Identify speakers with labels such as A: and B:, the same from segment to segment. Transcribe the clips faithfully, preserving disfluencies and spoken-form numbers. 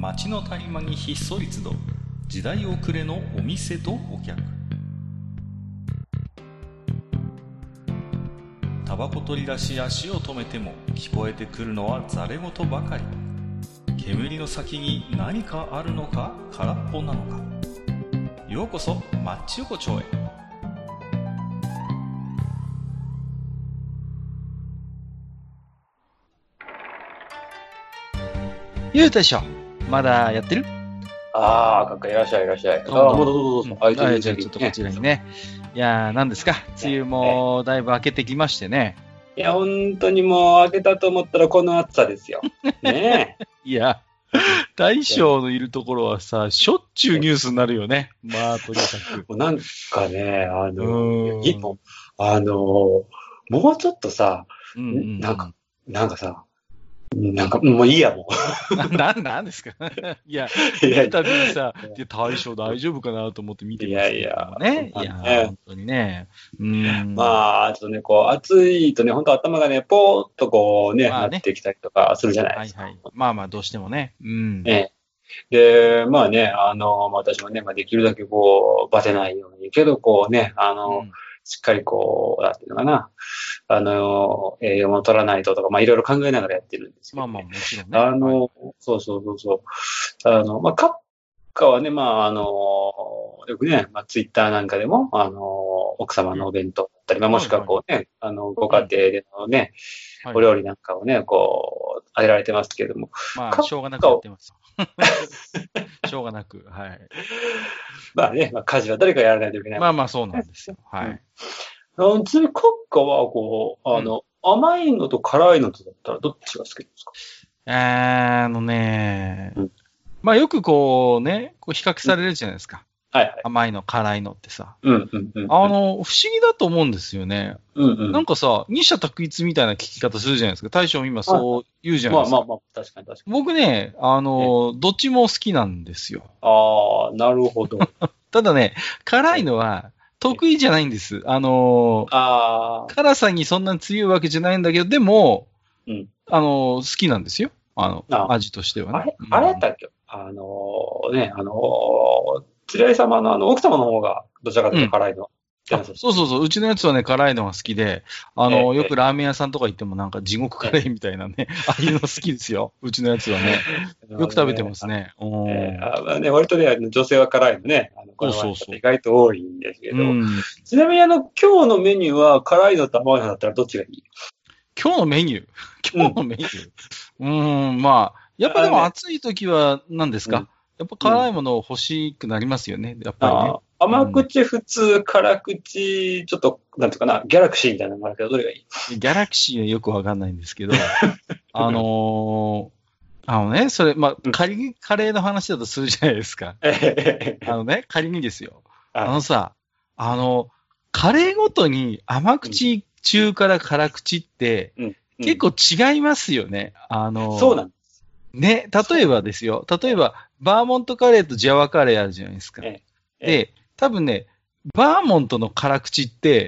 A: 街の谷間にひっそり集う時代遅れのお店とお客。タバコ取り出し足を止めても聞こえてくるのはざれ言ばかり。煙の先に何かあるのか空っぽなのか。ようこそマッチ横丁へ。ゆう大将、まだやってる？
B: ああ、かっかいらっしゃいいらっしゃい。
A: どうも
B: ああ、もうどうぞどうぞ。
A: うん、
B: あ、
A: あじゃあちょっとこちらにね。いやー、何ですか、梅雨もだいぶ明けてきましてね。
B: いや、本当にもう開けたと思ったらこの暑さですよ。ねえ。
A: いや、大将のいるところはさ、しょっちゅうニュースになるよね。まあ、とにかく。
B: もうなんかね、あ
A: う
B: の、
A: ーん
B: いもあの、もうちょっとさ、
A: うんうんうん
B: なんか、なんかさ、なんか、もういいや、も
A: な、なんですかいや、
B: う。いや
A: 見るたびにさ、いや大将大丈夫かなと思って見てますけどもね。いや
B: いやいや
A: ー、本当にね。うーん。
B: まあ、ちょっとね、こう、暑いとね、本当頭がね、ぽーっとこうね、
A: まあね
B: なってきたりとかするじゃないですか。
A: はいはい。まあまあ、どうしてもね。うん。
B: ええ。で、まあね、あの、まあ私もね、まあできるだけこう、バテないように、けどこうね、あの、
A: うん
B: しっかりこう、なんていうのかな、あの、栄養も取らないととか、まあいろいろ考えながらやってるんですけど、ね。
A: まあまあ、もちろんね。
B: あの、
A: はい
B: そうそうそうそう。あの、まあ、カッカはね、まあ、あの、よくね、まあ、ツイッターなんかでも、あの、奥様のお弁当だったり、まあ、もしくはこうね、あの、ご家庭でのね、
A: はい
B: お料理なんかをね、こう、あげられてますけれども、
A: まあ、
B: カッ
A: しょうがなく
B: カを、
A: やってます。しょうがなく。はい。
B: まあね、まあ、家事は誰かやらないといけないもんね。
A: まあまあ、そうなんですよ。はい。
B: あのちなみに、カッカは、こう、あの、甘いのと辛いのとだったら、どっちが好きですか？
A: あのね、
B: うん
A: まあよくこうね、こう比較されるじゃないですか。
B: はいはい。
A: 甘いの、辛いのってさ。
B: うんうんうん。
A: あの、不思議だと思うんですよね。
B: うんうん。
A: なんかさ、二者択一みたいな聞き方するじゃないですか。大将も今そう言うじゃないですか。
B: まあまあまあ、確かに確かに。
A: 僕ね、あの、どっちも好きなんですよ。
B: ああ、なるほど。
A: ただね、辛いのは得意じゃないんです。あの、
B: ああ、
A: 辛さにそんなに強いわけじゃないんだけど、でも、
B: うん。
A: あの、好きなんですよ。あの、
B: あ
A: 味としてはね。
B: あれ、
A: うん
B: あれやったっけ？あのーね、あのー、釣り合い様のあの、奥様の方が、どちらかというと辛いの。
A: あ、そうそうそう。うちのやつはね、辛いのが好きで、あの、
B: ええ
A: よくラーメン屋さんとか行ってもなんか地獄カレーみたいなね、ああいうの好きですよ。うちのやつはね。よく食べてますね。うん
B: えーあまあね、割とね、あの女性は辛いのね、あの、これは
A: そうそうそう
B: 意外と多いんですけど、
A: うん。
B: ちなみにあの、今日のメニューは辛いのと甘いのだったらどっちがいい？
A: 今日のメニュー。今日のメニュー。うーん、まあ、やっぱでも暑い時は何ですか、
B: うん
A: やっぱ辛いものを欲しくなりますよね。やっぱりね。
B: あ甘口、普通、辛口、ちょっと、なんていうかな、ギャラクシーみたいなのがあるけど、どれがいい？
A: ギャラクシーはよくわかんないんですけど、あのー、あのね、それ、まあ、
B: うん
A: 仮にカレーの話だとするじゃないですか。
B: え
A: あのね、仮にですよ。
B: あ
A: あのさ、あの、カレーごとに甘口、中辛、辛口って
B: うん
A: 結構違いますよね。あの、
B: そうなんです。
A: ね、例えばですよ。例えば、バーモントカレーとジャワカレーあるじゃないですか。
B: ええ
A: で、多分ね、バーモントの辛口って、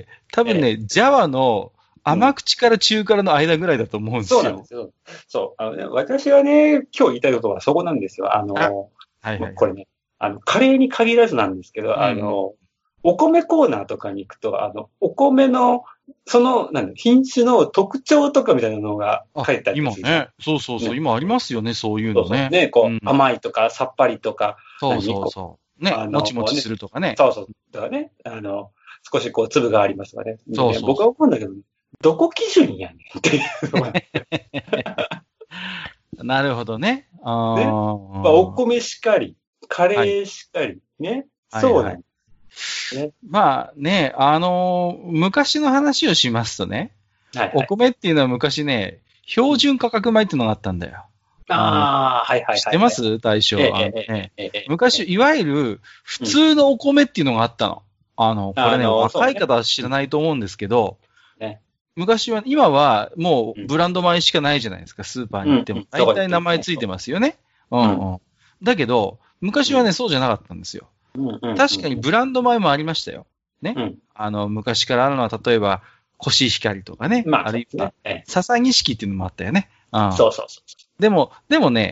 A: 多分ね、ジャワの甘口から中辛の間ぐらいだと思うんですよ。
B: そうなんですよ。そう。あのね、私はね、今日言いたいことはそこなんですよ。あの、
A: あはいはい。
B: これね、あの、カレーに限らずなんですけど、
A: うん
B: あの、お米コーナーとかに行くと、あの、お米の、その、なんだ、品種の特徴とかみたいなのが
A: あ
B: 書いてあります
A: 今ね、そうそうそう、
B: ね
A: 今ありますよね、そういう
B: そうそう。
A: のね。
B: ね、こう、
A: うん
B: 甘いとか、さっぱりとか、
A: そうそう
B: 何
A: そう。ね
B: あ、の
A: もちもちするとかね。
B: そうそう。だからね、あの、少しこう、粒がありますとかね。
A: そうそうそう
B: 僕は思うんだけど、どこ基準やねんっていうのがね。
A: なるほどね。あ
B: ね
A: ー
B: まあ、お米しかり、カレーしかり、ね。そうなんです。ね。
A: まあね、あのー昔の話をしますとね、
B: はい、はい。
A: お米っていうのは昔ね、標準価格米っていうのがあったんだよ。
B: ああ、はいはいはい。
A: 知ってます大将。
B: ええ
A: あのね
B: ええええ
A: 昔、いわゆる普通のお米っていうのがあったの。あの、これね、
B: あの
A: 若い
B: そうね
A: 方は知らないと思うんですけど、
B: ね
A: 昔は、今はも
B: う
A: うんブランド米しかないじゃないですか、スーパーに行っても
B: うん。
A: 大体名前ついてますよね。うんうん。だけど、昔はね、そうじゃなかったんですよ。
B: うんうん
A: 確かにブランド米もありましたよ。ね。
B: うん
A: あの、昔からあるのは、例えば、コシヒカリとかね。
B: まあ、
A: あるいは、
B: ねえ
A: 笹錦っていうのもあったよね。うん。
B: えそうそうそう。
A: でも、でもね、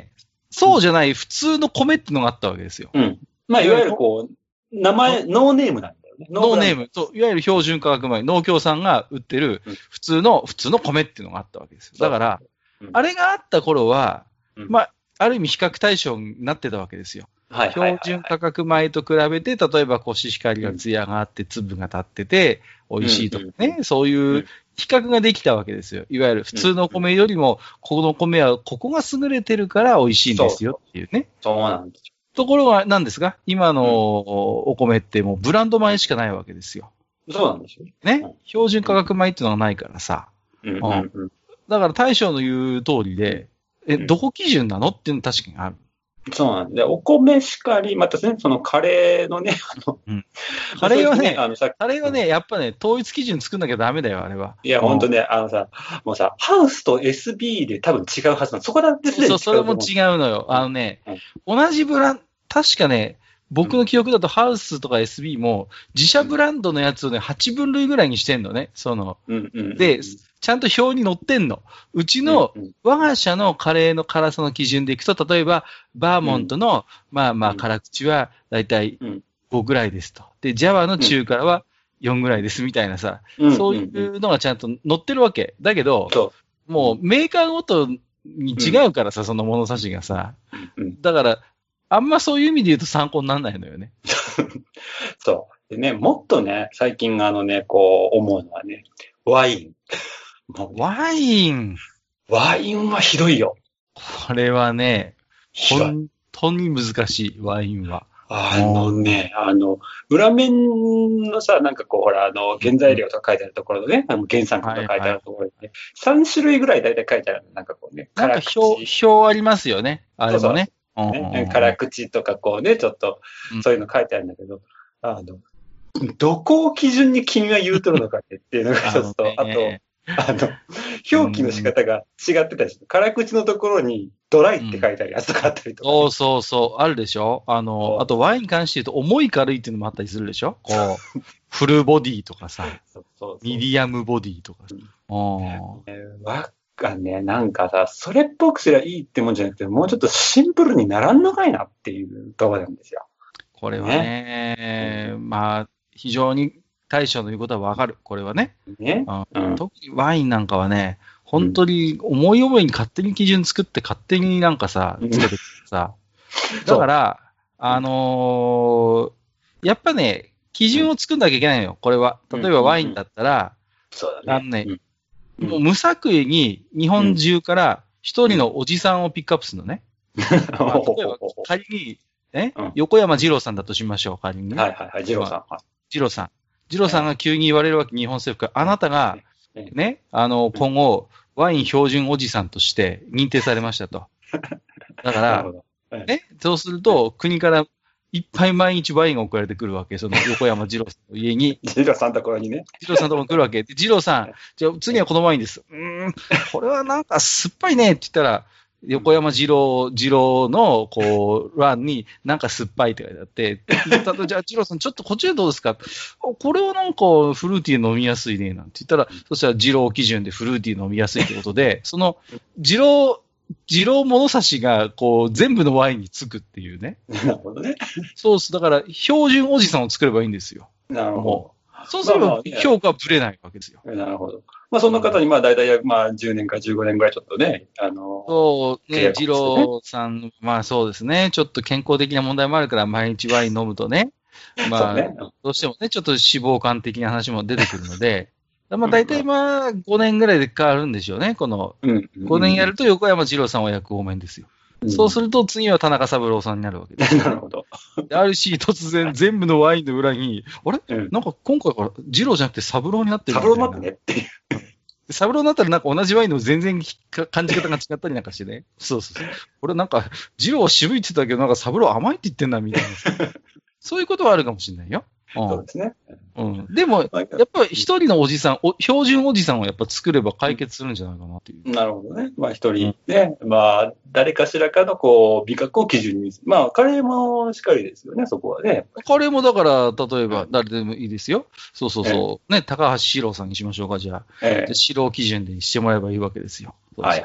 C: そうじゃない普通の米ってのがあったわけですよ。
B: うん。まあ、いわゆるこう、名前、ノーネームなんだよね。
C: ノーネーム。そう、いわゆる標準化学米、農協さんが売ってる普通の、普通の米っていうのがあったわけですよ。だから、うん、あれがあった頃は、うん、まあ、ある意味比較対象になってたわけですよ。
B: はいはいはいはい、
C: 標準価格米と比べて、例えばコシヒカリが艶があって、粒が立ってて、美味しいとかね、うんうん、そういう比較ができたわけですよ。いわゆる普通の米よりも、この米はここが優れてるから美味しいんですよっていうね。
B: そうなんですよ。
C: ところが何ですか今のお米ってもうブランド米しかないわけですよ。
B: そうなんですよ。
C: ね、うん、標準価格米っていうのがないからさ。
B: うんうんうん、
C: だから大将の言う通りで、え、どこ基準なのっていうの確かにある。
B: そうなんで、お米しかり、またね、そのカレーのね、あの、
C: うん、カレーはね、あのさカレーはね、やっぱね、統一基準作んなきゃダメだよ、あれは。
B: いや、ほんとね、あのさ、もうさ、ハウスと エスビー で多分違うはずなの。そこだってすでに違う。
C: そう、それも違うのよ。あのね、うん、同じブランド、確かね、僕の記憶だとハウスとか エスビー も自社ブランドのやつをね、はちぶん類ぐらいにしてんのね。その、
B: うんうんうん、
C: で、ちゃんと表に載ってんの。うちの、我が社のカレーの辛さの基準でいくと、例えば、バーモントの、うん、まあまあ、辛口は、だいたいごぐらいですと。で、ジャワの中辛はよんぐらいですみたいなさ、うん、そういうのがちゃんと載ってるわけ。だけど、うん、もうメーカーごとに違うからさ、その物差しがさ。だから、あんまそういう意味で言うと参考にならないのよね。
B: そう。でね、もっとね、最近あのね、こう思うのはね、ワイン。
C: ワイン。
B: ワインはひどいよ。
C: これはね、本当に難しい、ワインは。
B: あのね、あの、裏面のさ、なんかこう、ほら、あの、原材料とか書いてあるところのね、あの原産国とか書いてあるところにね、はいはい、さん種類ぐらい大体書いてある。なんかこうね、
C: なんか表、表ありますよね。あれもね。
B: そうそうね、辛口とかこうね、ちょっと、そういうの書いてあるんだけど、うん、あの、どこを基準に君は言うとるのかっていうのが一つと、あ, あと、あの、表記の仕方が違ってたりする。辛口のところにドライって書いてあるやつとかあったりとか、ね
C: うん。そうそうそう、あるでしょあの、あとワインに関して言うと重い軽いっていうのもあったりするでしょこう、フルボディとかさ、そうそうそうミディアムボディとかさ。うん、
B: えー、わかんね、なんかさ、それっぽくすりゃいいってもんじゃなくて、もうちょっとシンプルにならんのかいなっていうところなんですよ。
C: これはね、ねまあ、非常に大将の言うことはわかる。これはね。
B: ね、
C: うん、特にワインなんかはね、本当に思い思いに勝手に基準作って勝手になんかさ、つけてさ。だから、あのー、やっぱね、基準を作んなきゃいけないのよ。これは。例えばワインだったら、
B: そうだね。
C: あのね、うん、もう無作為に日本中から一人のおじさんをピックアップするのね。まあ、例えば仮に、ね、うん、横山二郎さんだとしましょう、仮にね。
B: はいはいはい、二郎さん。
C: 二郎さん。二郎さんが急に言われるわけ、日本政府から。あなたが、ね、あの、今後、ワイン標準おじさんとして認定されましたと。だから、ね、そうすると、国からいっぱい毎日ワインが送られてくるわけ。その横山二郎さんの家に。
B: 二郎さんのところにね。
C: 二郎さんのところに来るわけ。で、二郎さん、じゃあ次はこのワインです。うーん、これはなんか酸っぱいねって言ったら、横山二郎、二郎の、こう、欄に、なんか酸っぱいって書いてあって、じゃあ、二郎さん、ちょっとこっちでどうですかこれはなんか、フルーティー飲みやすいね、なんて言ったら、そしたら二郎基準でフルーティー飲みやすいってことで、その、二郎、二郎物差しが、こう、全部のワインにつくっていうね。
B: なるほどね。
C: そうっす。だから、標準おじさんを作ればいいんですよ。
B: なるほど。
C: そうすれば評価はぶれないわけですよ。
B: なるほど。まあそんな方にまあ大体まあじゅうねんかじゅうごねんぐらいちょっとね、あのー、
C: そうね、二郎さん、まあそうですね、ちょっと健康的な問題もあるから毎日ワイン飲むとね、まあ、ね、どうしてもね、ちょっと脂肪肝的な話も出てくるので、まあ大体まあごねんぐらいで変わるんでしょうね、この、ごねんやると横山二郎さんは役多めんですよ。うん、そうすると次は田中三郎さんになるわけです。
B: なるほど。
C: あるし、突然全部のワインの裏に、あれ、うん、なんか今回から二郎じゃなくて三郎になってるみたいな。
B: 三郎になってねっていう。
C: 三郎になったらなんか同じワインの全然感じ方が違ったりなんかしてね。そうそうそう。俺なんか、二郎は渋いって言ってたけど、なんか三郎甘いって言ってんだみたいな。そういうことはあるかもしれないよ。
B: うん、そうですね。
C: うん。でも、やっぱり一人のおじさんお、標準おじさんをやっぱ作れば解決するんじゃないかなっていう。
B: なるほどね。まあ一人ね、うん、まあ誰かしらかのこう美学を基準に、まあカレーもしっかりですよね、そこはね。
C: カレーもだから、例えば誰でもいいですよ。そうそうそう。ええ、ね、高橋史郎さんにしましょうか、じゃあ。ええ、で史郎基準でしてもらえばいいわけですよ。そうそう
B: はいはい。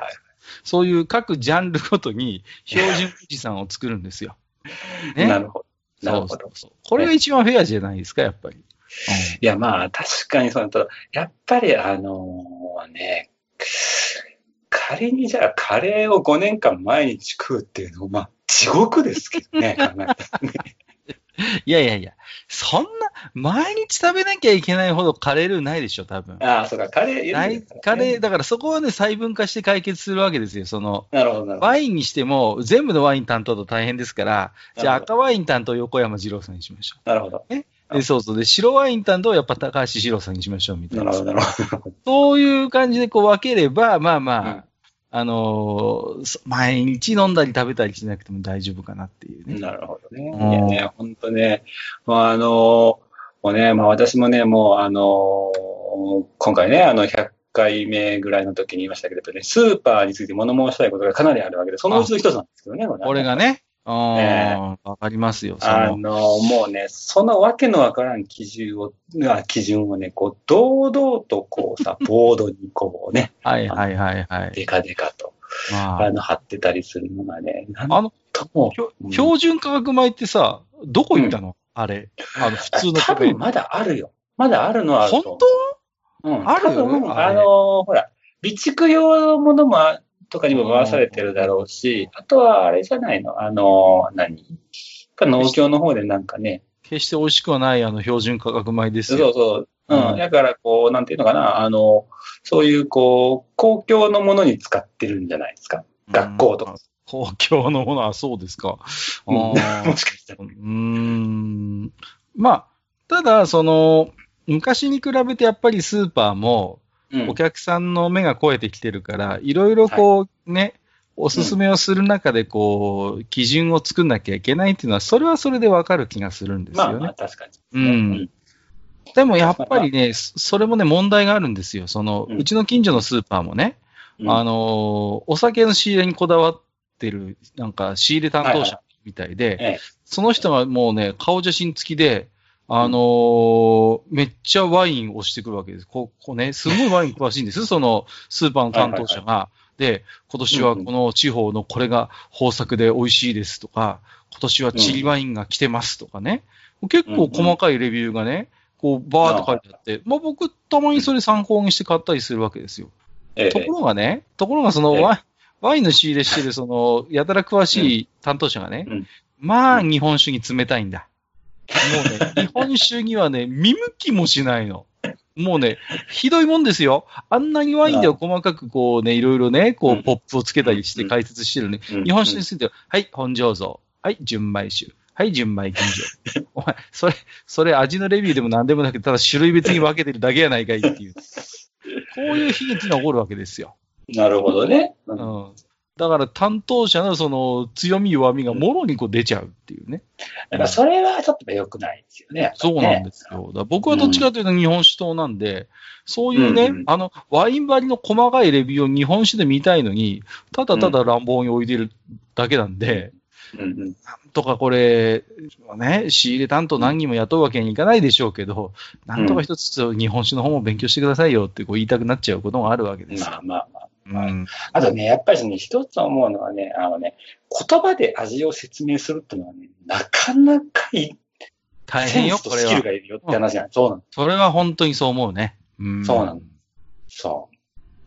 C: そういう各ジャンルごとに標準おじさんを作るんですよ。
B: ね、なるほど。なるほど。
C: そうそうそう。これが一番フェアじゃないですか、やっぱり。うん、い
B: や、まあ、確かにそうだと、やっぱりあのー、ね、仮にじゃあカレーをごねんかん毎日食うっていうのも、まあ、地獄ですけどね、考えたらね。
C: いやいやいや、そんな、毎日食べなきゃいけないほどカレールーないでしょ、多分。
B: ああ、そうか、カレー、
C: ない、カレー、だからそこはね、細分化して解決するわけですよ、その。
B: なるほど、なるほど。
C: ワインにしても、全部のワイン担当と大変ですから、じゃあ赤ワイン担当横山二郎さんにしましょ
B: う。なるほど。
C: ね。で、そうそう。で、白ワイン担当やっぱ高橋二郎さんにしましょう、みたいな。
B: なるほど、なるほど。
C: そういう感じでこう分ければ、まあまあ、うん、あのー、毎日飲んだり食べたりしなくても大丈夫かなっていうね。
B: なるほどね。いやね、ほんとね、まあ、あのー、もうね、まあ私もね、もうあのー、今回ね、あのひゃっかいめぐらいの時に言いましたけれどね、スーパーについて物申したいことがかなりあるわけで、そのうちの一つなんですけどね、
C: これがね。ああ、わかりますよ。
B: あの、もうね、そのわけのわからん基準を、基準をね、こう、堂々とこうさ、ボードにこうね。
C: はいはいはいはい。
B: デカデカと、まあ、あの、貼ってたりするのがね、なん
C: あの、
B: とも。
C: うん、標準価格米ってさ、どこ行ったの、うん、あれ。あの、普通の
B: 多分まだあるよ。まだあるのはあると。
C: 本当？うん。ある
B: よ。あの、ほら、備蓄用のものもあとかにも回されてるだろうし、あとはあれじゃないの、あの、何農協の方でなんかね。
C: 決して美味しくはないあの標準価格米ですよ。
B: そうそう。うん。だからこう、なんていうのかな、あの、そういうこう、公共のものに使ってるんじゃないですか。学校とか。
C: 公共のものはそうですか。
B: あもしかしたら。
C: うーん。まあ、ただ、その、昔に比べてやっぱりスーパーも、お客さんの目が超えてきてるから、いろいろこう、はい、ね、おすすめをする中でこう、基準を作んなきゃいけないっていうのは、それはそれでわかる気がするんですよね。
B: まあまあ確かに、
C: ね。うん。でもやっぱりね、それもね、問題があるんですよ。その、うん、うちの近所のスーパーもね、うん、あの、お酒の仕入れにこだわってる、なんか仕入れ担当者みたいで、はいはい、その人がもうね、顔写真付きで、あのー、めっちゃワインを押してくるわけです。ここね、すごいワイン詳しいんです。そのスーパーの担当者が。はいはいはい、で、今年はこの地方のこれが豊作で美味しいですとか、今年はチリワインが来てますとかね。結構細かいレビューがね、こうバーって書いてあって、まあ僕たまにそれ参考にして買ったりするわけですよ。ええ、ところがね、ところがそのワイン、ワインの仕入れしてるそのやたら詳しい担当者がね、うん、まあ日本酒に冷たいんだ。もうね、日本酒にはね、見向きもしないの。もうね、ひどいもんですよ。あんなにワインでは細かくこうね、いろいろね、こう、ポップをつけたりして解説してるね。日本酒については、はい、本醸造。はい、純米酒。はい、純米吟醸。お前、それ、それ味のレビューでも何でもなくて、ただ種類別に分けてるだけやないかいっていう。こういう悲劇が起こるわけですよ。
B: なるほどね。
C: うん。だから担当者のその強み弱みがもろにこう出ちゃうっていうね。
B: だからそれはちょっと良くないですよね。ね
C: そうなんですよ。だ僕はどっちかというと日本酒党なんで、うん、そういうね、うん、あの、ワイン張りの細かいレビューを日本酒で見たいのに、ただただ乱暴に置いてるだけなんで、うんうん、なんとかこれ、ね、仕入れ担当何人も雇うわけにいかないでしょうけど、うん、なんとか一つ日本酒の方も勉強してくださいよってこう言いたくなっちゃうことがあるわけですよ。
B: まあまあまあ。うん、あとね、やっぱりその一つ思うのはね、あのね、言葉で味を説明するっていうのはね、なかなかいい。
C: 大変よ、これは。
B: スキルがいるよって話じゃない。そうなの。
C: それは本当にそう思うね。
B: うん、そうなの。そう。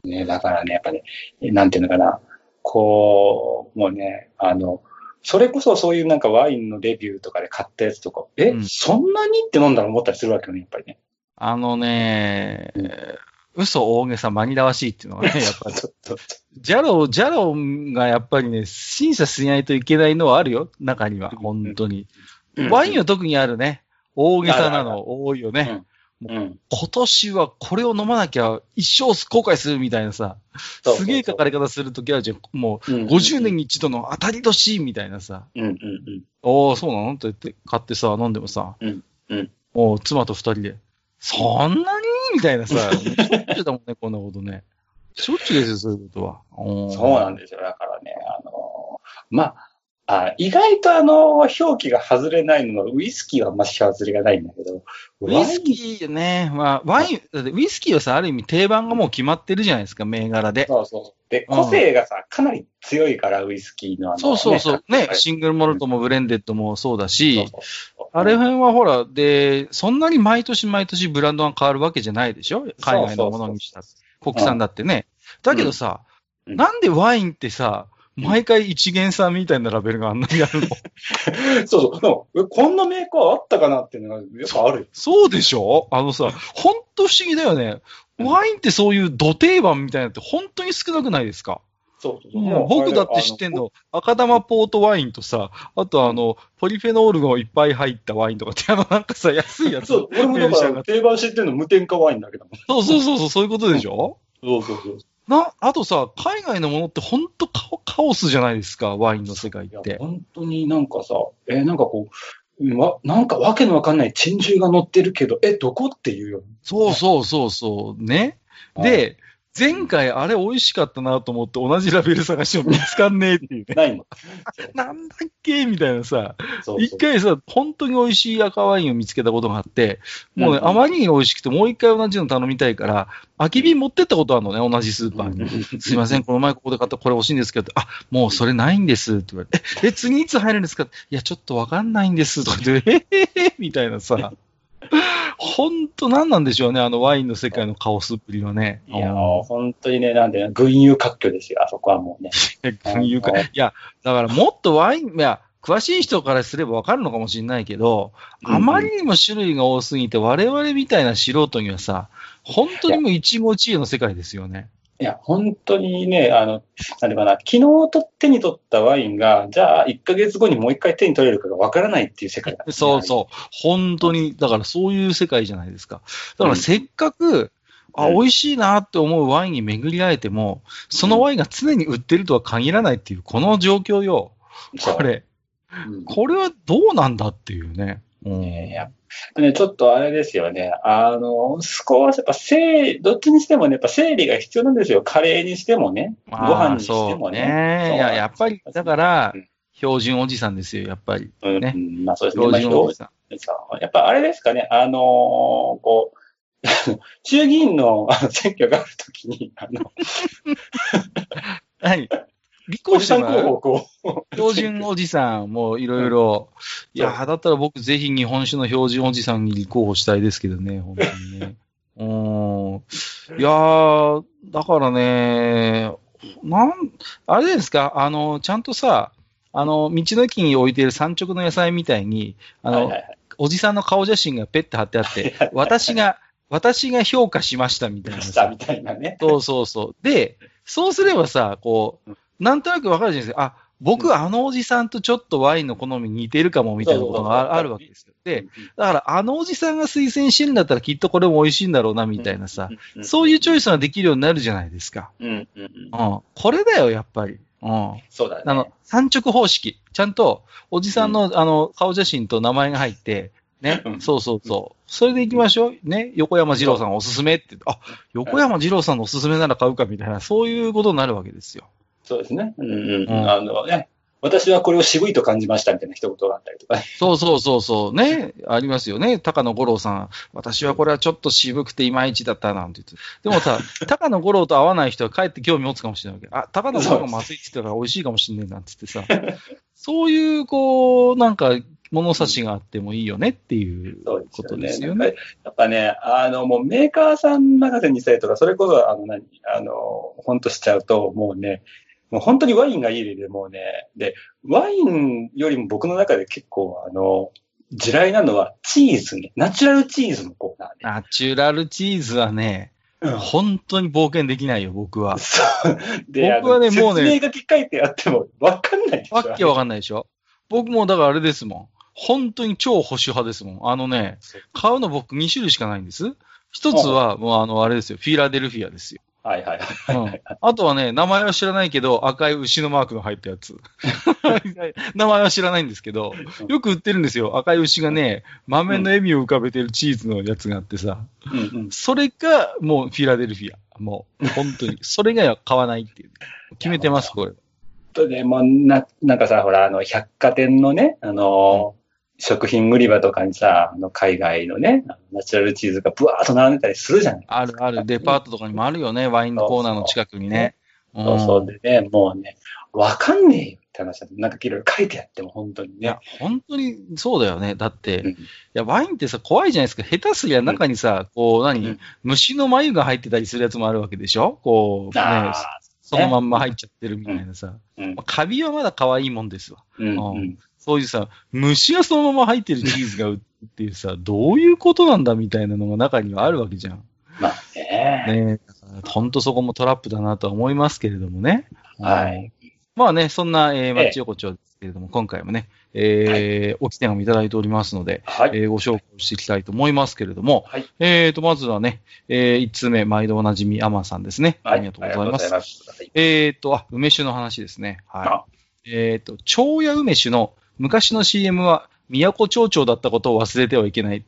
B: ね、だからね、やっぱね、なんていうのかな、こう、もうね、あの、それこそそういうなんかワインのレビューとかで買ったやつとか、え、うん、そんなにって飲んだら思ったりするわけよね、やっぱりね。
C: あのね、うん嘘大げさ紛らわしいっていうのはね、やっぱり。ジャロ、ジャロがやっぱりね、審査しないといけないのはあるよ、中には、本当に。うん、ワインは特にあるね。大げさなの多いよね。うんうん、今年はこれを飲まなきゃ一生後悔するみたいなさ、すげえ書かれ方するときあるじゃん。もうごじゅうねんに一度の当たり年みたいなさ。うんうんうん、おー、そうなのって言って買ってさ、飲んでもさ、うんうん、もう妻と二人で、そんなにみたいなさ、しょっちゅうだもんね、こんなことね。しょっちゅうですよ、そういうことは。
B: そうなんですよ。だからね、あのー、まあ、 あ、意外とあの、表記が外れないのは、ウイスキーはあんまし外れがないんだけど。
C: ウイスキーね、まあ、ワイン、だってウイスキーはさ、ある意味定番がもう決まってるじゃないですか、銘柄で。
B: そうそう。で、個性がさ、かなり強いから、ウイスキーのあの、
C: そうそうそう。ね、
B: ね
C: シングルモルトもブレンデッドもそうだし、
B: そうそうそう
C: あれ辺はほら、で、そんなに毎年毎年ブランドが変わるわけじゃないでしょ海外のものにした。国産だってね。だけどさ、
B: うん
C: なんでワインってさ、毎回一元さんみたいなラベルがあんなにあるの
B: そうそう。こんなメーカーあったかなっていうのがやっぱあるよ。
C: そうでしょあのさ、ほんと不思議だよね。ワインってそういう土定番みたいなのって本当に少なくないですか？
B: そうそうそう。
C: もう僕だって知ってんの、赤玉ポートワインとさ、あとあの、ポリフェノールがいっぱい入ったワインとかって、あのなんかさ、安いやつ。
B: そう、俺もだから定番知ってるの無添加ワインだけども。
C: そうそうそうそう、そういうことでしょ
B: そうそうそう。
C: な、あとさ、海外のものって本当カオカオスじゃないですか、ワインの世界っ
B: いや、
C: て。
B: 本当になんかさ、えーなんかこう、わ、なんかわけのわかんない珍獣が乗ってるけど、え、どこっていうよ。
C: そうそうそうそう、ね。で、前回あれ美味しかったなと思って同じラベル探しても見つかんねえっていうね。
B: ないの。
C: なんだっけみたいなさ、
B: そうそう
C: 一回さ、本当に美味しい赤ワインを見つけたことがあって、もうね、
B: うんうん
C: あまりに美味しくてもう一回同じの頼みたいから、空き瓶持ってったことあるのね、同じスーパーに。すいません、この前ここで買ったこれ欲しいんですけど、あ、もうそれないんですって言われて、え、え次いつ入るんですかいや、ちょっとわかんないんですとか言って、えへへへみたいなさ、ほんと何なんでしょうね、あのワインの世界のカオスっぷりはね。
B: いやー、本当にね、なんで、群雄割拠ですよ、あそこはもうね。
C: 群雄か。いや、だからもっとワイン、いや、詳しい人からすればわかるのかもしれないけど、
B: うんうん
C: あまりにも種類が多すぎて、我々みたいな素人にはさ、本当にもう一期一会の世界ですよね。
B: いや、本当にね、あの、なんでかな、昨日と手に取ったワインが、じゃあ、いっかげつごにもう一回手に取れるかがわからないっていう世界だ、ね。
C: そうそう。本当に、だからそういう世界じゃないですか。だからせっかく、あ、
B: うん
C: 美味しいなって思うワインに巡り会えても、そのワインが常に売ってるとは限らないっていう、この状況よ。これ。
B: うん
C: これはどうなんだっていうね。うん
B: いやね、ちょっとあれですよね。あの、少しやっぱ整理、どっちにしてもね、やっぱ整理が必要なんですよ。カレーにしてもね、ご飯にしてもね。
C: そうね。いや、やっぱり、だから
B: うん、
C: 標準おじさんですよ、やっぱり。
B: うん、
C: ね
B: うんまあそうですね。
C: 標準おじさん。
B: まあそうやっぱあれですかね、あのーこう、衆議院のあの選挙があるときに、あの、
C: はい。立候
B: おじさん
C: 補してもら
B: 候補を
C: う
B: こう、
C: 標準おじさん、もういろいろ。いや、だったら僕ぜひ日本酒の標準おじさんに立候補したいですけどね、本当にね。うーん。いやー、だからね、なん、あれですか、あの、ちゃんとさ、あの、道の駅に置いている産直の野菜みたいに、あの、
B: はいはいはい
C: おじさんの顔写真がペッて貼ってあって、私が、私が評価しましたみたいなさ
B: したみ。たいなね。
C: そうそうそう。で、そうすればさ、こう、なんとなくわかるじゃないですか。あ、僕、あのおじさんとちょっとワインの好み似てるかもみたいなことがああるわけですよ。で、だからあのおじさんが推薦してるんだったらきっとこれも美味しいんだろうなみたいなさ、
B: うん、
C: そういうチョイスができるようになるじゃないですか。
B: うん、うん、うん。
C: うん。これだよ、やっぱり。うん。
B: そうだね。
C: あの、産直方式。ちゃんと、おじさんの、あの、顔写真と名前が入って、ね。
B: うん
C: そうそうそう。それで行きましょう。ね。横山二郎さんおすすめって。あ、横山二郎さんのおすすめなら買うかみたいな、そういうことになるわけですよ。
B: そうですね。うん、うん。
C: うん
B: あのね、私はこれを渋いと感じましたみたいな一言があったりとかね。
C: そうそうそうそう。ね。ありますよね。高野五郎さん。私はこれはちょっと渋くていまいちだったなんて言って。でもさ、高野五郎と合わない人はかえって興味持つかもしれないわけ。あ、高野五郎がまずいって言ったから美味しいかもしれないなんて言ってさ。そういう、こう、なんか、物差しがあってもいいよねっていうことですよね。
B: やっぱね、あの、もうメーカーさん任せにしたりとか、それこそ、あの、何、あの、本としちゃうと、もうね、もう本当にワインがいい例でもうね、で、ワインよりも僕の中で結構、あの、地雷なのはチーズね。ナチュラルチーズのコーナーね。
C: ナチュラルチーズはね、うん、本当に冒険できないよ、僕は。
B: そう。で、
C: 僕はね、もうね、
B: 説明書き書いてあってもわかんないでしょ。
C: わっけわかんないでしょ。僕もだからあれですもん。本当に超保守派ですもん。あのね、買うの僕に種類しかないんです。一つは、もうあの、あれですよ。フィラデルフィアですよ。
B: はいはいはい、はいうん。
C: あとはね、名前は知らないけど、赤い牛のマークの入ったやつ。名前は知らないんですけど、よく売ってるんですよ。赤い牛がね、満面の笑みを浮かべてるチーズのやつがあってさ。うんうん、それが、もうフィラデルフィア。もう、本当に。それが買わないっていう。決めてます、これ。
B: とね、もうな、なんかさ、ほら、あの、百貨店のね、あの、うん、食品売り場とかにさ、あの海外のね、ナチュラルチーズがブワーっと並んでたりするじゃない。
C: あるある、デパートとかにもあるよね、ワインコーナーの近くにね。
B: そうそう、でね、もうね、わかんねえよって話だった。なんかいろいろ書いてあっても、本当にね。いや、
C: 本当にそうだよね。だって、うん、いや、ワインってさ、怖いじゃないですか。下手すりゃ中にさ、うん、こう、何、うん、虫の繭が入ってたりするやつもあるわけでしょこう、ね、そのまんま入っちゃってるみたいなさ。うん、カビはまだ可愛いもんですわ。うんうん、そういうさ、虫がそのまま入ってるチーズが売っていうさ、どういうことなんだみたいなのが中にはあるわけじゃん。
B: まあね。
C: ねえ、ほんとそこもトラップだなとは思いますけれどもね。
B: はい。
C: まあね、そんな、えー、マッチ横丁ですけれども、ええ、今回もね、えー、おき手紙いただいておりますので、はい、えー、ご紹介していきたいと思いますけれども、はい、えーと、まずはね、えー、いちつめ、毎度おなじみ、アマンさんですね。はい、ありがとうございます。ますえーと、あ、梅酒の話ですね。はい。えーと、蝶や梅酒の昔の シーエム は、都町長だったことを忘れてはいけない。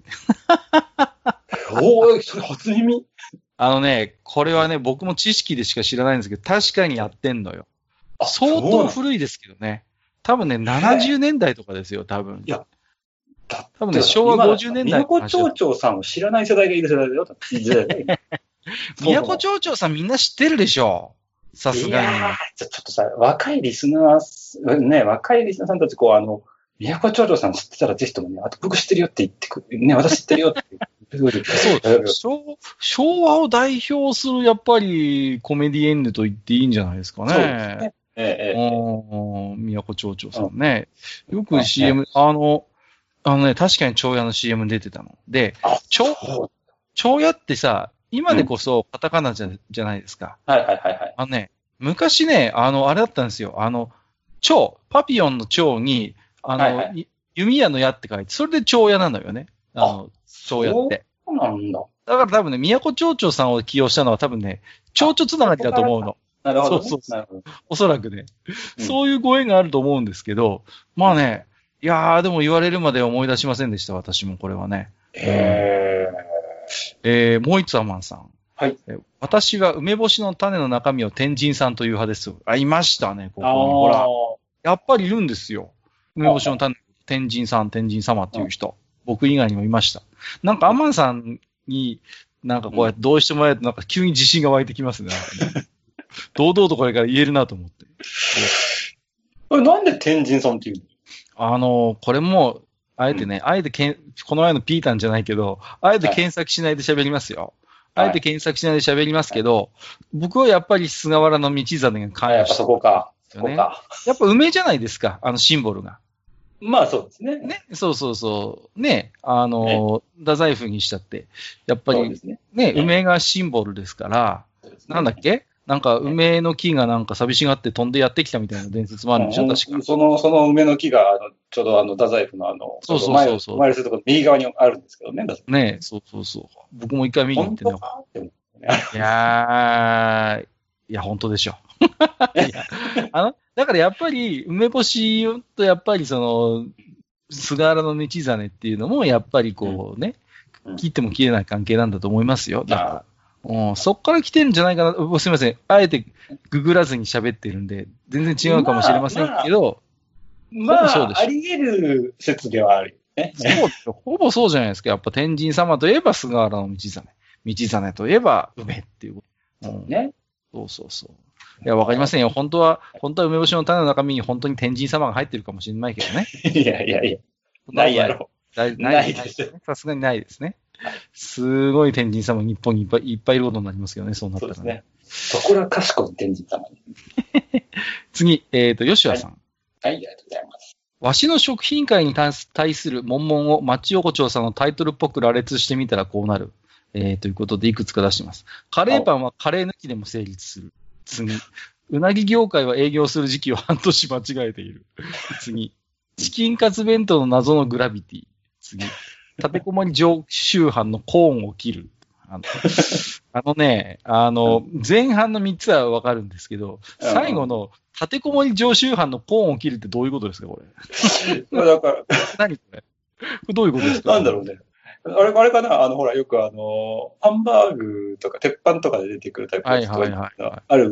B: おー、それ初耳
C: あのね、これはね、僕も知識でしか知らないんですけど、確かにやってんのよ。相当古いですけどね。多分ね、ななじゅうねんだいとかですよ、多分。
B: いや、だ
C: 多分ね、昭和ごじゅうねんだい。
B: 都町長さんを知らない世代がいる世代だよ、
C: 都町長さんみんな知ってるでしょ。さすがに。いや
B: ちょっとさ、若いリスナー、ね、若いリスナーさんたち、こう、あの、都町長さん知ってたらぜひともね、あと僕知ってるよって言ってくる。ね、私知ってるよって言ってくる。
C: そう昭和を代表する、やっぱり、コメディエンヌと言っていいんじゃないですかね。そうですね。ええ、ええ。都町長さんね。よく シーエム、あの、あのね、確かに蝶屋の シーエム 出てたの。で、蝶、蝶屋ってさ、今でこそカタカナじゃ、うん、じゃないですか。
B: はいはいはいはい。
C: あのね、昔ね、あの、あれだったんですよ。あの、蝶、パピヨンの蝶に、あの、はいはい、弓矢の矢って書いて、それで蝶屋なのよね。あの、蝶屋って。
B: そうなんだ。
C: だから多分ね、都町長さんを起用したのは多分ね、蝶々つながりだと思うの。
B: なるほど、ね。
C: そうそうそう。おそらくね、うん。そういうご縁があると思うんですけど、まあね、いやー、でも言われるまで思い出しませんでした、私もこれはね。
B: へー。
C: えー、もう一つアマンさん。
B: はい。
C: 私は梅干しの種の中身を天神さんという派です。あ、いましたね、ここに。ほら。やっぱりいるんですよ。梅干しの種、天神さん、天神様っていう人。僕以外にもいました。なんかアマンさんに、なんかこうやってどうしてもらえると、なんか急に自信が湧いてきますね。なんかね堂々とこれから言えるなと思って。
B: なんで天神さんっていうの？
C: あの、これも、あえてね、うん、あえてけん、この前のピータンじゃないけど、あえて検索しないで喋りますよ。はい、あえて検索しないで喋りますけど、はい、僕はやっぱり菅原の道真が関与してる、ね。やっぱそ
B: こか。そこか。
C: やっぱ梅じゃないですか、あのシンボルが。
B: まあそうですね。
C: ね、そうそうそう。ね、あの、ね、太宰府にしちゃって、やっぱり、ね、ね、梅がシンボルですから、ね、なんだっけなんか梅の木がなんか寂しがって飛んでやってきたみたいな伝説もあるんでしょ、確か。
B: その、その梅の木が、あの、ちょうどあの、太宰府のあの、
C: そうそうそうそう。
B: 前にするところ右側にあるんですけどね、
C: ねそうそうそう。僕も一回見に行ってね。いやー、いや、本当でしょ。いやあの、だからやっぱり、梅干しとやっぱりその、菅原の道真っていうのも、やっぱりこうね、うん、切っても切れない関係なんだと思いますよ。だから。うん、そっから来てるんじゃないかな。すみません。あえてググらずに喋ってるんで、全然違うかもしれませんけど、
B: まあ、まあ、そうでしょ。あり得る説ではあるよね。
C: そうですよ。ほぼそうじゃないですか。やっぱ天神様といえば菅原の道真。道真といえば梅っていう。
B: うん、ね。
C: そうそうそう。いや、わかりませんよ。本当は、本当は梅干しの種の中身に本当に天神様が入ってるかもしれないけどね。
B: いやいやいや。ないやろ。
C: ないないです。さすがにないですね。すごい天神様日本にいっぱいいっぱいいることになりますけどね、そうなったら、ね。
B: そうですね。そこら賢い天神様に。
C: 次、えっ、ー、と、吉和さん、
B: はい。はい、ありがとうございます。
C: わしの食品会に対する文言を町横丁さんのタイトルっぽく羅列してみたらこうなる。えー、ということでいくつか出してます。カレーパンはカレー抜きでも成立する。次。うなぎ業界は営業する時期を半年間違えている。次。チキンカツ弁当の謎のグラビティ。次。立てこもり常習犯のコーンを切る。あの、あのね、あの、前半のみっつはわかるんですけど、最後の立てこもり常習犯のコーンを切るってどういうことですか、これ。
B: だから。
C: 何これ。これどういうことですか。
B: なんだろうね。あれ、あれかなあの、ほら、よくあの、ハンバーグとか鉄板とかで出てくるタイプの、はいはいはいはい、ある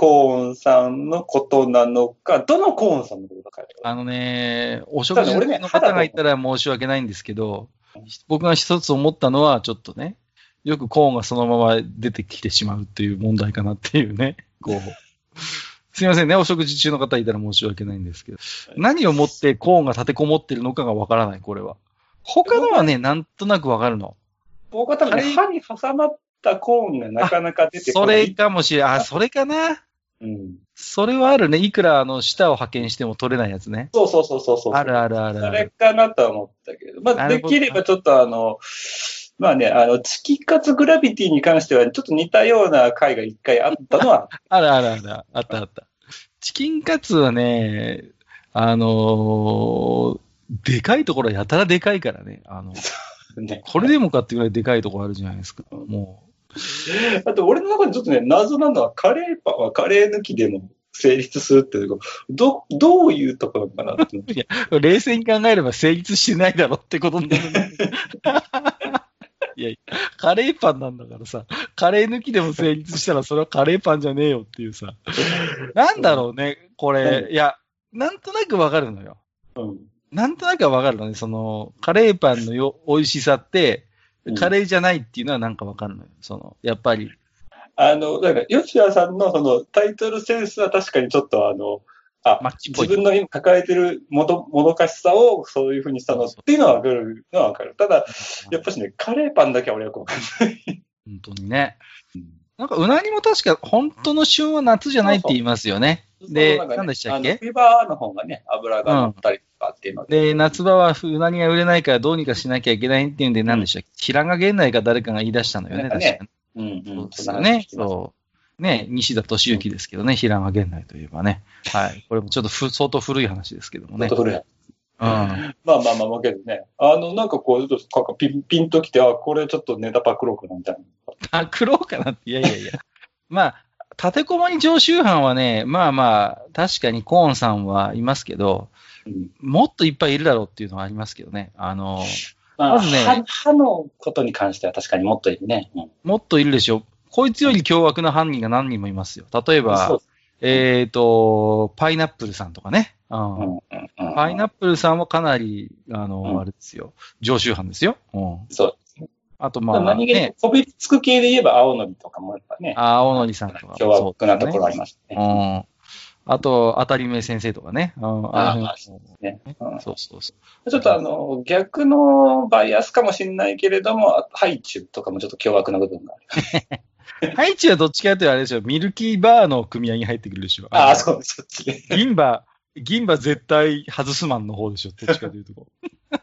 B: コーンさんのことなのか、どのコーンさんのことか。
C: あのね、お食事の方がいたら申し訳ないんですけど、僕が一つ思ったのは、ちょっとね、よくコーンがそのまま出てきてしまうっていう問題かなっていうね、こう。すいませんね、お食事中の方いたら申し訳ないんですけど、何をもってコーンが立てこもってるのかがわからない、これは。他のはね、なんとなくわかるの。
B: 僕は多分ね、歯に挟まったコーンがなかなか出てこない。
C: それかもしれない。あ、それかな。
B: うん。
C: それはあるね。いくらあの、舌を派遣しても取れないやつね。
B: そうそうそうそうそう。
C: あるあるあるある。
B: それかなとは思ったけど、まあ、できればちょっとあの、まあね、あの、チキカツグラビティに関しては、ちょっと似たような回が一回あったのは。
C: あるあるある。あったあった。チキンカツはね、あのー、でかいところはやたらでかいからね。あの、ね、これでもかってぐらいでかいところあるじゃないですか。もう。
B: あと、俺の中でちょっとね、謎なのは、カレーパンはカレー抜きでも成立するっていうか、ど、どういうところかなって。い
C: や、冷静に考えれば成立してないだろってことになるね。いやいや、カレーパンなんだからさ、カレー抜きでも成立したらそれはカレーパンじゃねえよっていうさ。なんだろうね、これ。いや、なんとなくわかるのよ。うん。なんとなくわかるのね。その、カレーパンのよ美味しさって、カレーじゃないっていうのはなんかわかるのよ。その、やっぱり。
B: あの、なんか、吉田さんのそのタイトルセンスは確かにちょっとあの、あ、自分の今抱えてるもど、もどかしさをそういう風にしたのっていうのはわかるのはわかる。ただ、やっぱしね、カレーパンだけは俺はわかんない。
C: 本当にね。なんか、うなぎも確か本当の旬は夏じゃないって言いますよね。そうそうで、何、ね、でしたっけ？
B: 冬場の方がね、油が乗ったりとかっていうので、
C: うん。で、夏場はうなぎが売れないからどうにかしなきゃいけないっていうんで、何でしたっけ？うん、平賀源内か誰かが言い出したのよね、確かに。うんうん。そうですよね。そう。ね、西田敏行ですけどね、平賀源内といえばね。はい。これもちょっとふ相当古い話ですけどもね。
B: 相当古い。うん。まあまあまあ、まけどね。あの、なんかこう、ちょっとピン、ピンときて、あ、これちょっとネタパクろうかな、みたいな。
C: パクろうかなって、いやいやいや。まあ、立てこもり常習犯はね、まあまあ、確かにコーンさんはいますけど、うん、もっといっぱいいるだろうっていうのはありますけどね。あの、
B: まあ、まずね。歯のことに関しては確かにもっといるね。うん、
C: もっといるでしょ。こいつより凶悪な犯人が何人もいますよ。例えば、えっと、パイナップルさんとかね。うん、パイナップルさんはかなり、あの、うん、あれですよ。常習犯ですよ。うん、
B: そうですね。
C: あとまあ、ね、
B: 何気にこびりつく系で言えば青のりとかもやっぱね。
C: あ、青のりさんとか。
B: 凶悪なところありましたね。
C: うん。あと、当たり目先生とかね。うん、
B: ああ、そうね、
C: うん。そうそうそう。
B: ちょっとあの、逆のバイアスかもしれないけれども、ハイチュウとかもちょっと凶悪な部分がある。
C: ハイチュウはどっちかというとあれでしょ。ミルキーバーの組合に入ってくるでしょ。
B: ああ、そうです、そっちね。
C: 銀歯、銀歯絶対外すマンの方でしょ。どっちかというと。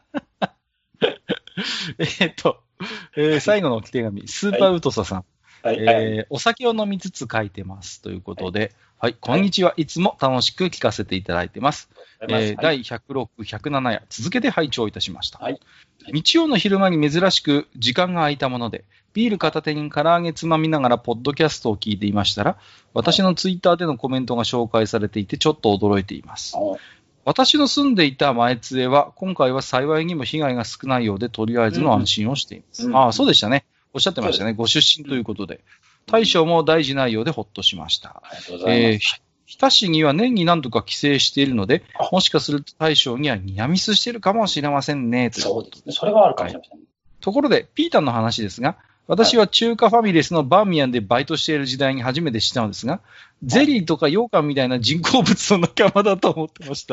C: えっと、えー、最後のお手紙、スーパーウトサさん。はいはいえー。お酒を飲みつつ書いてますということで、はい、はい、こんにちは、はい。いつも楽しく聞かせていただいてます。はいえーはい、だいひゃくろく、ひゃくなな夜、続けて拝聴いたしました。はい、日曜の昼間に珍しく時間が空いたもので、ビール片手に唐揚げつまみながらポッドキャストを聞いていましたら、私のツイッターでのコメントが紹介されていてちょっと驚いています。はい、私の住んでいた前津江は、今回は幸いにも被害が少ないようで、とりあえずの安心をしています。うん、ああ、そうでしたね。おっしゃってましたね。ご出身ということで。大将も大事ないようでほっとしました。ありがとうございます。えー、日田市には年に何度か帰省しているので、もしかすると大将にはニアミスしているかもしれませんね。
B: そうですね。それはあるかもしれません。はい、
C: ところで、ピータンの話ですが、私は中華ファミレスのバーミヤンでバイトしている時代に初めて知ったのですが、ゼリーとか羊羹みたいな人工物の仲間だと思ってました。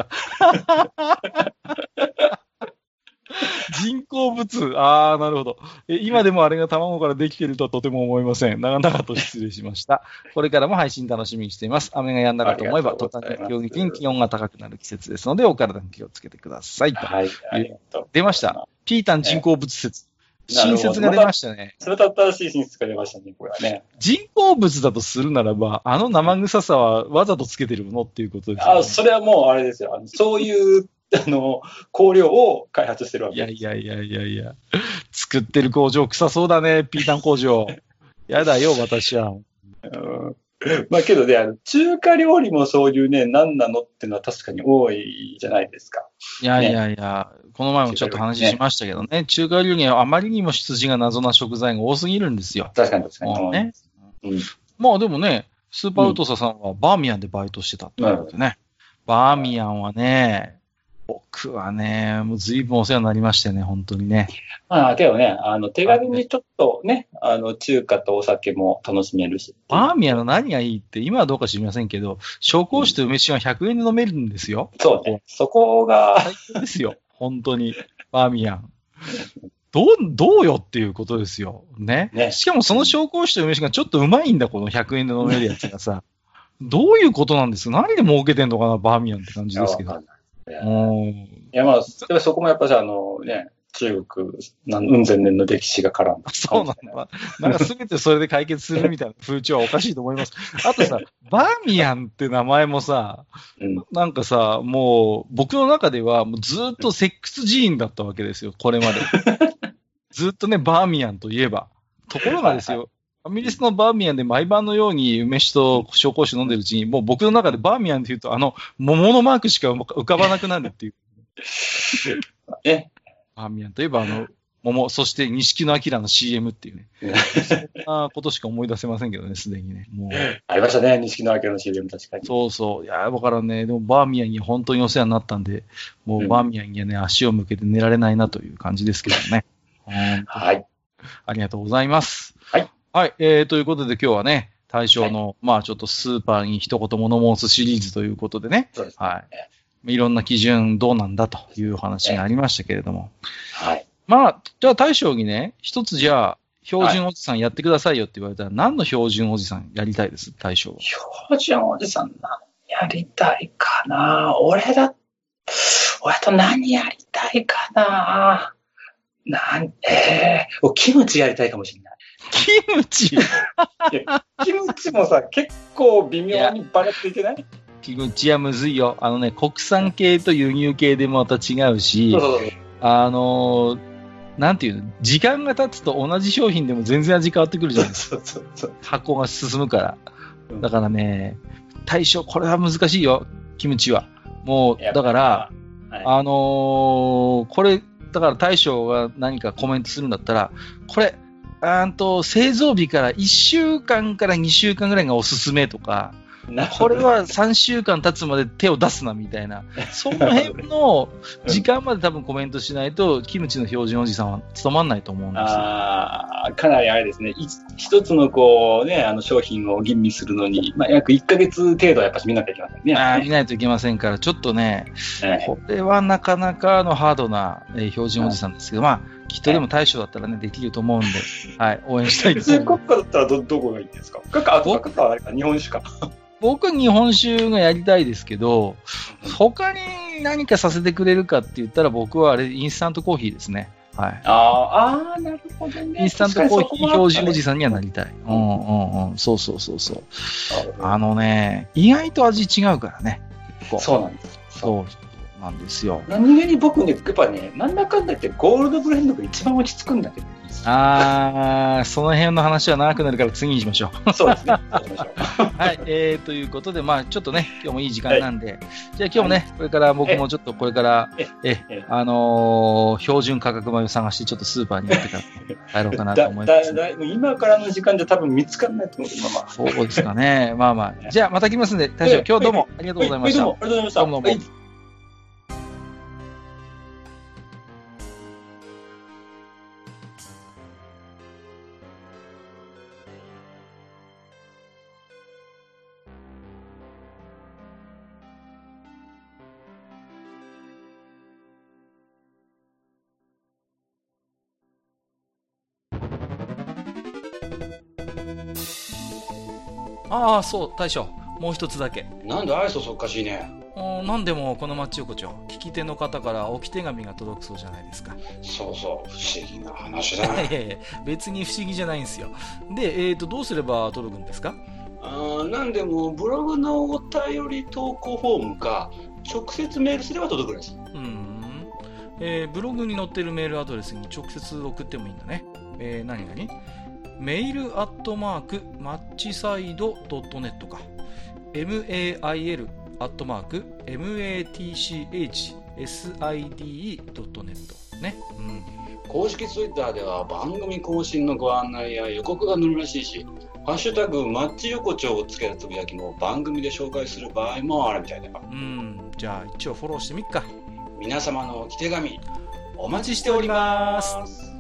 C: 人工物。ああ、なるほど。今でもあれが卵からできているとはとても思いません。長々と失礼しました。これからも配信楽しみにしています。雨が止んだかと思えば、途端に急激に気温が高くなる季節ですので、お体に気をつけてください。はい。出ました。ピータン人工物説。新説が出ましたね。
B: それと新しい新説が出ましたね、これはね。
C: 人工物だとするならば、あの生臭さはわざとつけてるものっていうことですよね。
B: あ、それはもうあれですよ。あのそういう、あの、香料を開発してるわけです。
C: いやいやいやいやいや。作ってる工場臭そうだね、ピータン工場。やだよ、私は。
B: うんまあけどね、あの中華料理もそういうね、何なのっていうのは確かに多いじゃないですか。
C: いやいやいや、ね、この前もちょっと話しましたけどね、ね中華料理はあまりにも出自が謎な食材が多すぎるんですよ。
B: 確かに確かに。
C: ねうん、まあでもね、 スーパーウトサさんはバーミヤンでバイトしてたってことでね。バーミヤンはね、僕はね、もう随分お世話になりましてね、本当にね。
B: まあ、けどね、あの、手軽にちょっとね、あの、中華とお酒も楽しめるし。
C: バーミヤンの何がいいって、今はどうか知りませんけど、紹興酒と梅酒がひゃくえんで飲めるんですよ。
B: そうね。そこが。
C: 最高ですよ。本当に。バーミヤン。どう、どうよっていうことですよ。ね。ね、しかもその紹興酒と梅酒がちょっとうまいんだ、このひゃくえんで飲めるやつがさ。どういうことなんですか？何で儲けてんのかな、バーミヤンって感じですけど。
B: いや、まあ、そこもやっぱりあのね、中国、うん千年の歴史が絡んだ。
C: そうなんだ。なんか全てそれで解決するみたいな風潮はおかしいと思います。あとさ、バーミヤンって名前もさ、うん、なんかさ、もう僕の中ではもうずっとセックス寺院だったわけですよ、これまで。ずっとね、バーミヤンといえば。ところがですよ、はいはい、ファミレスのバーミヤンで毎晩のように梅酒と紹興酒飲んでるうちに、もう僕の中でバーミヤンって言うと、あの、桃のマークしか浮かばなくなるっていう。
B: え
C: バーミヤンといえば、あの、桃、そして錦野明の シーエム っていうね。そんなことしか思い出せませんけどね、すでにね。もう
B: ありましたね、錦野明の シーエム 確かに。
C: そうそう。いや、だからね、でもバーミヤンに本当にお世話になったんで、もうバーミヤンにはね、足を向けて寝られないなという感じですけどね。
B: はい。
C: ありがとうございます。
B: はい。
C: はい。えー、ということで今日はね、大将の、はい、まあちょっとスーパーに一言物申すシリーズということでね。
B: そうですね。
C: はい。いろんな基準どうなんだというお話がありましたけれども。
B: はい。
C: まあ、じゃあ大将にね、一つじゃあ、標準おじさんやってくださいよって言われたら、はい、何の標準おじさんやりたいです大将は。
B: 標準おじさん何やりたいかな俺だ、俺と何やりたいかななん、えー、キムチやりたいかもしれない。
C: キムチい
B: やキムチもさ、結構微妙にバラついてない？
C: キムチはむずいよ。あのね、国産系と輸入系でもまた違うし、
B: そうそうそう
C: あのー、なんていうの、時間が経つと同じ商品でも全然味変わってくるじゃないですか。そうそうそう発酵が進むから。だからね、対象、これは難しいよ、キムチは。もう、だから、はい、あのー、これ、だから大将が何かコメントするんだったら、これ、あんと製造日からいっしゅうかんからにしゅうかんぐらいがおすすめとか、これはさんしゅうかん経つまで手を出すなみたいな、その辺の時間まで多分コメントしないと、キムチの標準おじさんは務まんないと思うんですよ。
B: ああ、かなりあれですね。一つのこうね、あの商品を吟味するのに、まあ、約いっかげつ程度やっぱし見なきゃいけませんね。
C: ああ、見ないといけませんから、ちょっとね、はい、これはなかなかのハードな、えー、標準おじさんですけど、はい、まあ、きっとでも大将だったらね、できると思うんで、はい、応援したいです。
B: 普通国家だったらど、どこがいいんですか？国家、あ、国家はあれか、日本酒か。
C: 僕は日本酒がやりたいですけど、他に何かさせてくれるかって言ったら僕はあれ、インスタントコーヒーですね。はい。
B: ああ、なるほどね。
C: インスタントコーヒー標準おじさんにはなりたい。うんうんうん。そうそうそうそう。あのね、意外と味違うからね。
B: そうなんです。
C: そうなんですよ。
B: 何気に僕ね、やっぱね、なんだかんだ言ってゴールドブレンドが一番落ち着くんだけど。
C: あー、その辺の話は長くなるから次にしましょう。
B: そうですね。
C: はい、えー、ということで、まあちょっとね、今日もいい時間なんで、はい、じゃあ今日もね、はい、これから僕もちょっとこれから、え、ええあのー、標準価格米を探してちょっとスーパーに行ってから帰ろうかなと思います。
B: だだだ今からの時間じゃ多分見つからないと思うけど、まあ。
C: そうですかね。まあまあ。じゃあまた来ますんで、大将、今日どうもありがとうございました。
B: どうもありがとうございました。どうもどうも。
A: ああ、そう、大将。もう一つだけ。
B: なんで愛想そっかしいね。
A: なんでもこの町横丁、聞き手の方から置き手紙が届くそうじゃないですか。
B: そうそう、不思議な話だ。
A: いやいや、別に不思議じゃないんですよ。で、えーと、どうすれば届くんですか？
B: あなんでも、ブログのお便り投稿フォームか、直接メールすれば届くらしい。
A: うん、えー、ブログに載ってるメールアドレスに直接送ってもいいんだね。えー、何々メールアットマークマッチサイドドットネットか mail アットマーク matchside ドットネットね、うん、
B: 公式ツイッターでは番組更新のご案内や予告が載るらしいし、
D: ハッシュタグマッチ横丁をつけたつぶやきも番組で紹介する場合もあるみたいだよ。
C: うん、じゃあ一応フォローしてみっか。
D: 皆様のお手紙お
C: お
D: 待ちしております。